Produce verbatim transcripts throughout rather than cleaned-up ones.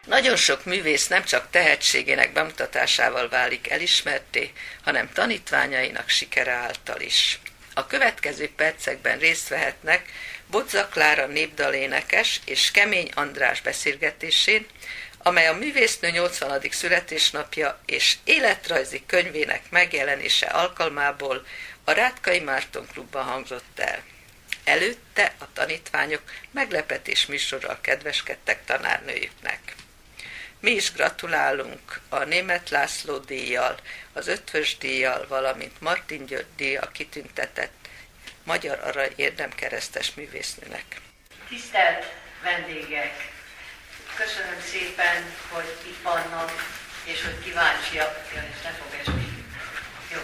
Nagyon sok művész nem csak tehetségének bemutatásával válik elismertté, hanem tanítványainak sikere által is. A következő percekben részt vehetnek Bodza Klára népdalénekes és Kemény András beszélgetésén, amely a művésznő nyolcvanadik születésnapja és életrajzi könyvének megjelenése alkalmából a Rátkai Márton Klubban hangzott el. Előtte a tanítványok meglepetés műsorral kedveskedtek tanárnőjüknek. Mi is gratulálunk a Németh László díjjal, az Ötvös díjjal, valamint Martin György díjjal kitüntetett Magyar Arany érdemkeresztes művésznőnek. Tisztelt vendégek! Köszönöm szépen, hogy itt vannak, és hogy kíváncsiak, ja, ez ne fog esni. Jó.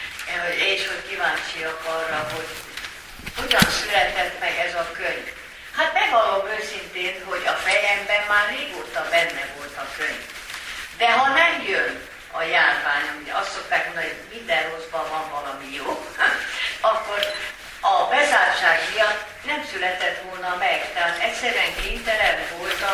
És hogy kíváncsiak arra, hogy hogyan született meg ez a könyv. Hát bevallom őszintén, hogy a fejemben már régóta benne volt a könyv. De ha nem jön a járvány, ugye azt szokták mondani, hogy minden rosszban van valami jó, akkor a bezártság miatt nem született volna meg. Tehát egyszerűen kénytelen voltam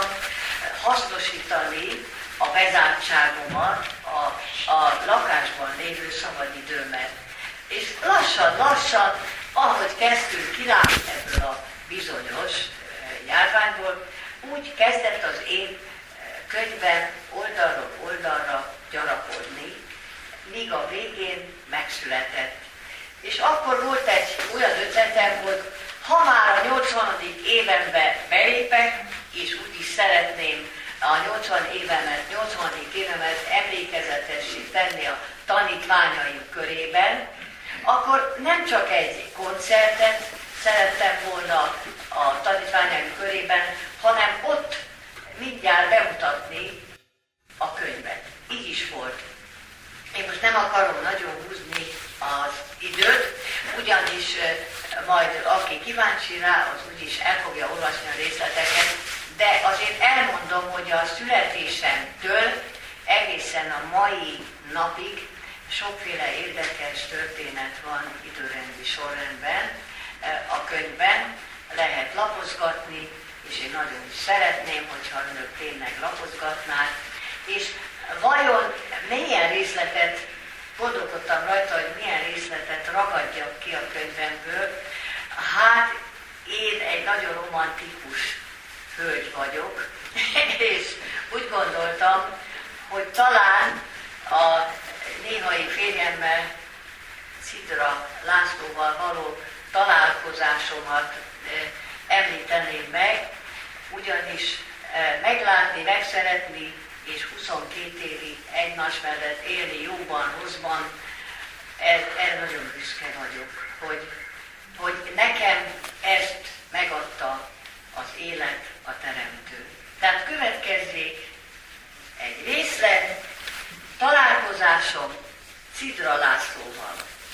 hasznosítani a bezártságomat, a, a lakásban lévő szabadidőmet. És lassan-lassan, ahogy kezdtünk kilátni ebből a bizonyos járványból, úgy kezdett az én könyvem oldalról oldalra gyarapodni, míg a végén megszületett. És akkor volt egy olyan ötletem, hogy ha már a nyolcvanadik évenbe belépek, és úgy is szeretném a nyolcvan évemet, nyolcvanadik évemet emlékezetessé tenni a tanítványaim körében, akkor nem csak egy koncertet szerettem volna a tanítványaim körében, hanem ott mindjárt bemutatni a könyvet. Így is volt. Én most nem akarom nagyon húzni az időt, ugyanis majd aki kíváncsi rá, az úgyis el fogja olvasni a részleteket, de azért elmondom, hogy a születésemtől egészen a mai napig sokféle érdekes történet van időrendi sorrendben a könyvben, lehet lapozgatni, és én nagyon is szeretném, hogyha önök tényleg lapozgatnák, és vajon milyen részletet, gondolkodtam rajta, hogy milyen részletet ragadjak ki a könyvemből. Hát én egy nagyon romantikus hölgy vagyok, és úgy gondoltam, hogy talán a néhai férjemmel, Cidra Lászlóval való találkozásomat említeném meg, ugyanis meglátni, megszeretni és huszonkét évig egymás mellett élni jóban, rosszban, erre nagyon büszke vagyok, hogy, hogy nekem ezt megadta az élet, a teremtő. Tehát következzék egy részlet, találkozásom Cidra Lászlóval.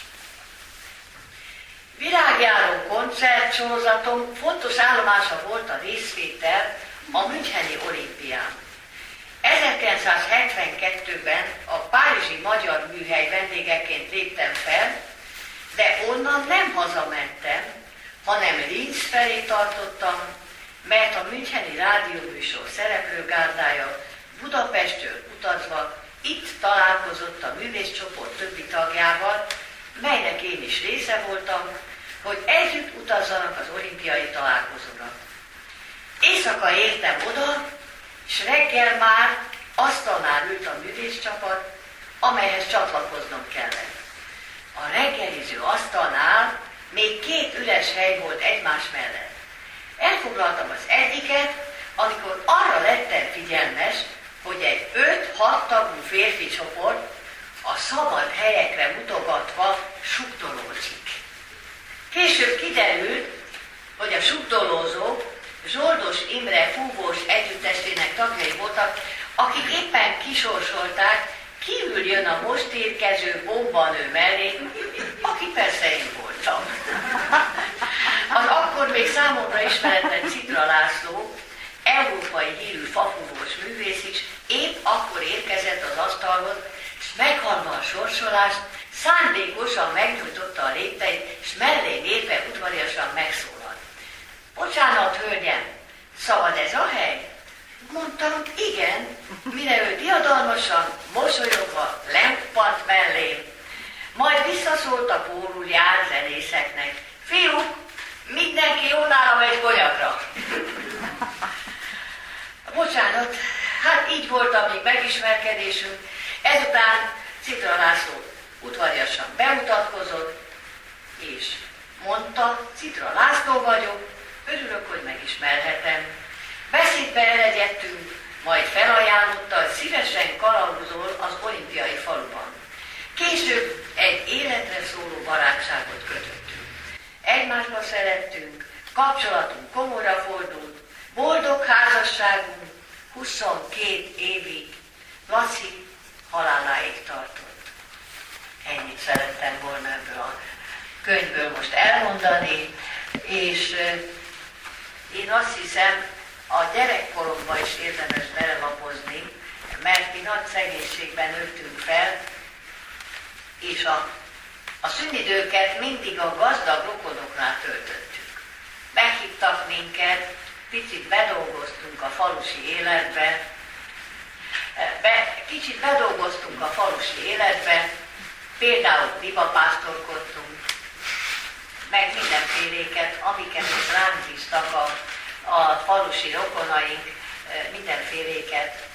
Világjáró koncertsorozatom fontos állomása volt a részvétel a Müncheni olimpián. ezerkilencszázhetvenkettőben a Párizsi Magyar Műhely vendégeként léptem fel, de onnan nem hazamentem, hanem Linz felé tartottam, mert a Müncheni rádióműsor szereplőgárdája Budapesttől utazva itt találkozott a művészcsoport többi tagjával, melynek én is része voltam, hogy együtt utazzanak az olimpiai találkozóra. Éjszaka értem oda, és reggel már asztalnál ült a művészcsapat, amelyhez csatlakoznom kellett. A reggeliző asztalnál még két üres hely volt egymás mellett. Elfoglaltam az egyiket, amikor arra lettem figyelmes, hogy egy öt-hat tagú férfi csoport a szabad helyekre mutogatva sugdolózik. Később kiderült, hogy a sugdolózók Zsoldos Imre fúvós együttesének tagjai voltak, akik éppen kisorsolták, kívül jön a most érkező bombanő mellé, aki persze én voltam. Az akkor még számomra ismeretlen Cidra László, európai hírű fafúvós művész is, épp akkor érkezett az asztalhoz, és meghallva a sorsolást, szándékosan megnyújtotta a lépteit, és mellé lépve udvariasan megszólalt. Bocsánat, hölgyem, szabad ez a hely? Mondtam, igen, mire ő diadalmasan, mosolyogva lehuppant mellém. Majd visszaszólt a pórul jár zenészeknek. Fiúk, mindenki jó nálam egy konyakra. Bocsánat, hát így volt a mi megismerkedésünk. Ezután Citra László udvariasan bemutatkozott, és mondta, Citra László vagyok, örülök, hogy megismerhetem. Beszédbe elegyedtünk, majd felajánlotta, hogy szívesen kalauzol az olimpiai faluban. Később egy életre szóló barátságot kötöttünk. Egymásba szerettünk, kapcsolatunk komorra fordult, boldog házasságunk huszonkét évig, Laci haláláig tartott. Ennyit szerettem volna ebből a könyvből most elmondani, és én azt hiszem, a gyerekkoromban is érdemes belelapozni, mert mi nagy szegénységben nőttünk fel, és a, a szünidőket mindig a gazdag rokonoknál töltöttük. Meghívtak minket, picit bedolgoztunk a falusi életbe, be, kicsit bedolgoztunk a falusi életbe, például libapásztorkodtunk, meg mindenféléket, amiket is ránk bíztak a, a falusi rokonaink, mindenféléket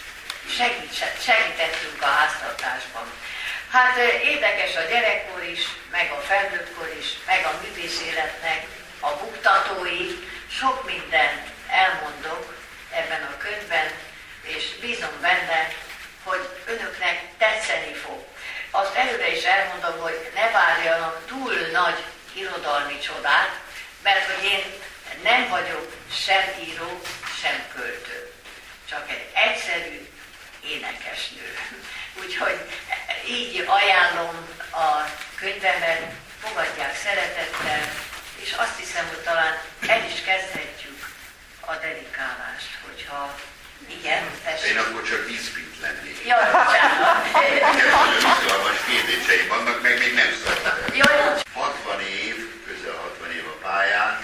segítettünk a háztartásban. Hát érdekes a gyerekkor is, meg a felnőttkor is, meg a művészéletnek a buktatói, sok mindent elmondok ebben a könyvben, és bízom benne, hogy önöknek tetszeni fog. Azt előre is elmondom, hogy ne várjanak túl nagy irodalmi csodát, mert hogy én nem vagyok sem író, sem költő. Csak egy egyszerű énekesnő. Úgyhogy így ajánlom a könyvemet, fogadják szeretettel, és azt hiszem, hogy talán el is kezdhetjük a dedikálást, hogyha igen, tessék. Én akkor csak ízpint lennék. Jaj, bocsánat. Nagyon izgalmas kérdéseim vannak, meg még nem szóltam. Jaj, hatvan év, közel hatvan év a pályán,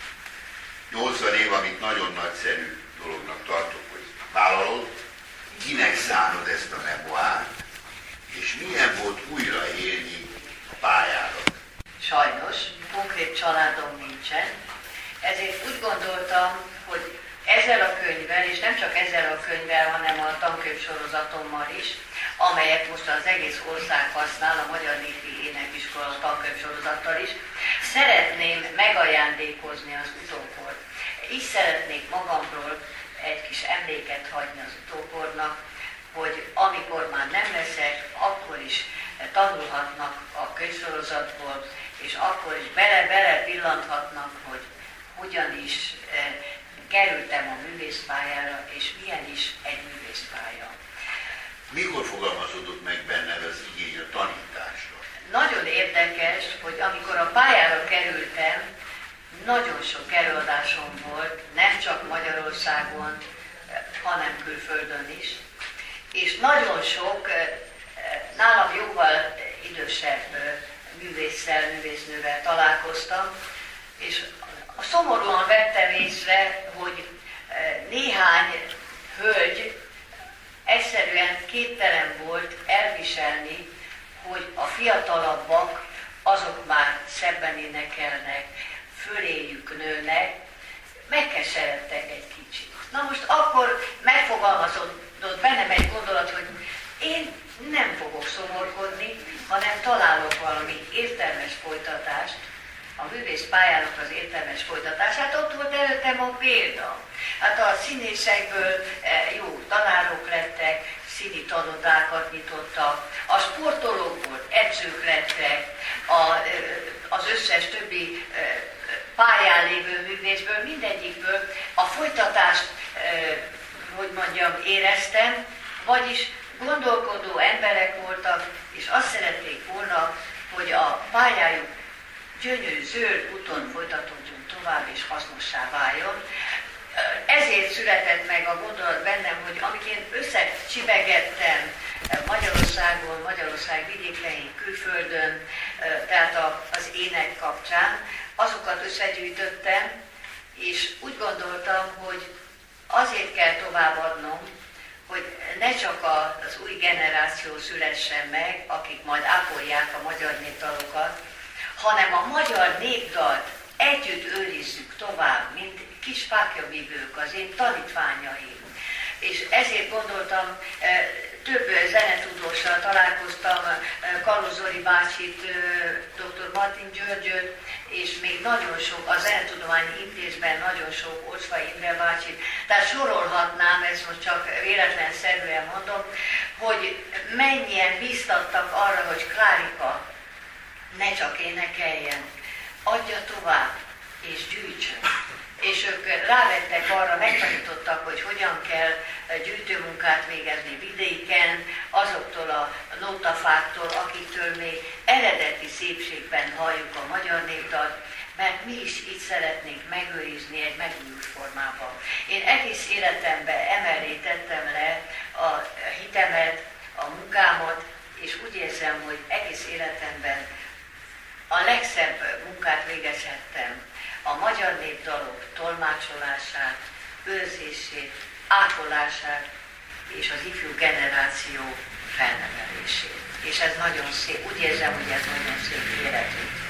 nyolcvan év, amit nagyon nagyszerű dolognak tartok, hogy vállalod, kinek szánod ezt a memoárt, és milyen volt újraélni a pályádat? sajnos, konkrét családom nincsen, ezért úgy gondoltam, hogy ezzel a könyvvel, és nem csak ezzel a könyvvel, hanem a tankönyvsorozatommal is, amelyet most az egész ország használ, a Magyar Népi Énekiskola tankönyvsorozattal is, szeretném megajándékozni az utókort. Így szeretnék magamról egy kis emléket hagyni az utókornak, hogy amikor már nem leszek, akkor is tanulhatnak a könyvsorozatból, és akkor is bele-bele pillanthatnak, hogy hogyan is eh, kerültem a művészpályára, és milyen is egy művészpálya. Mikor fogalmazódott meg benned az igény a tanításra? Nagyon érdekes, hogy amikor a pályára kerültem, nagyon sok előadásom volt, nem csak Magyarországon, hanem külföldön is, és nagyon sok, nálam jóval idősebb művésszel, művésznővel találkoztam, és szomorúan vettem észre, hogy néhány hölgy egyszerűen képtelen volt elviselni, hogy a fiatalabbak azok már szebben énekelnek, föléjük nőnek, megkeseredtek egy kicsit. Na most akkor megfogalmazódott bennem egy gondolat, hogy én nem fogok szomorkodni, hanem találok valami értelmes folytatást, a művészpályának az értelmes folytatását, ott volt előttem a példa. Hát a színészekből jó tanárok lettek, színi tanodákat nyitottak, a sportolókból edzők lettek, a, az összes többi pályán lévő művészből, mindegyikből a folytatást, hogy mondjam, éreztem, vagyis gondolkodó emberek voltak, és azt szerették volna, hogy a pályájuk gyönyörű zöld úton folytatódjon tovább, és hasznossá váljon. Ezért született meg a gondolat bennem, hogy amit én összecsibegettem Magyarországon, Magyarország vidékein, külföldön, tehát az ének kapcsán, azokat összegyűjtöttem, és úgy gondoltam, hogy azért kell továbbadnom, hogy ne csak az új generáció szülessen meg, akik majd ápolják a magyar népdalokat, hanem a magyar népdalt együtt őrizzük tovább, mint kis fákjavívők, az én tanítványaim. És ezért gondoltam, több zenetudóssal találkoztam, Kalóz Zoli bácsit, dr. Martin Györgyöt, és még nagyon sok, a Zenetudományi Intézben nagyon sok, Ocsva Imre bácsit, tehát sorolhatnám, ezt most csak véletlenszerűen mondom, hogy mennyien biztattak arra, hogy Klárika ne csak énekeljen, adja tovább és gyűjtsön. És ők rávettek arra, megtanítottak, hogy hogyan kell gyűjtőmunkát végezni vidéken, azoktól a nótafáktól, akiktől még eredeti szépségben halljuk a magyar népdalt, mert mi is így szeretnénk megőrizni egy megújult formában. Én egész életemben emellé tettem le a hitemet, a munkámat, és úgy érzem, hogy egész életemben a legszebb munkát végezhettem. A magyar népdalok tolmácsolását, őrzését, ápolását és az ifjú generáció felnevelését. És ez nagyon szép, úgy érzem, hogy ez nagyon szép életű.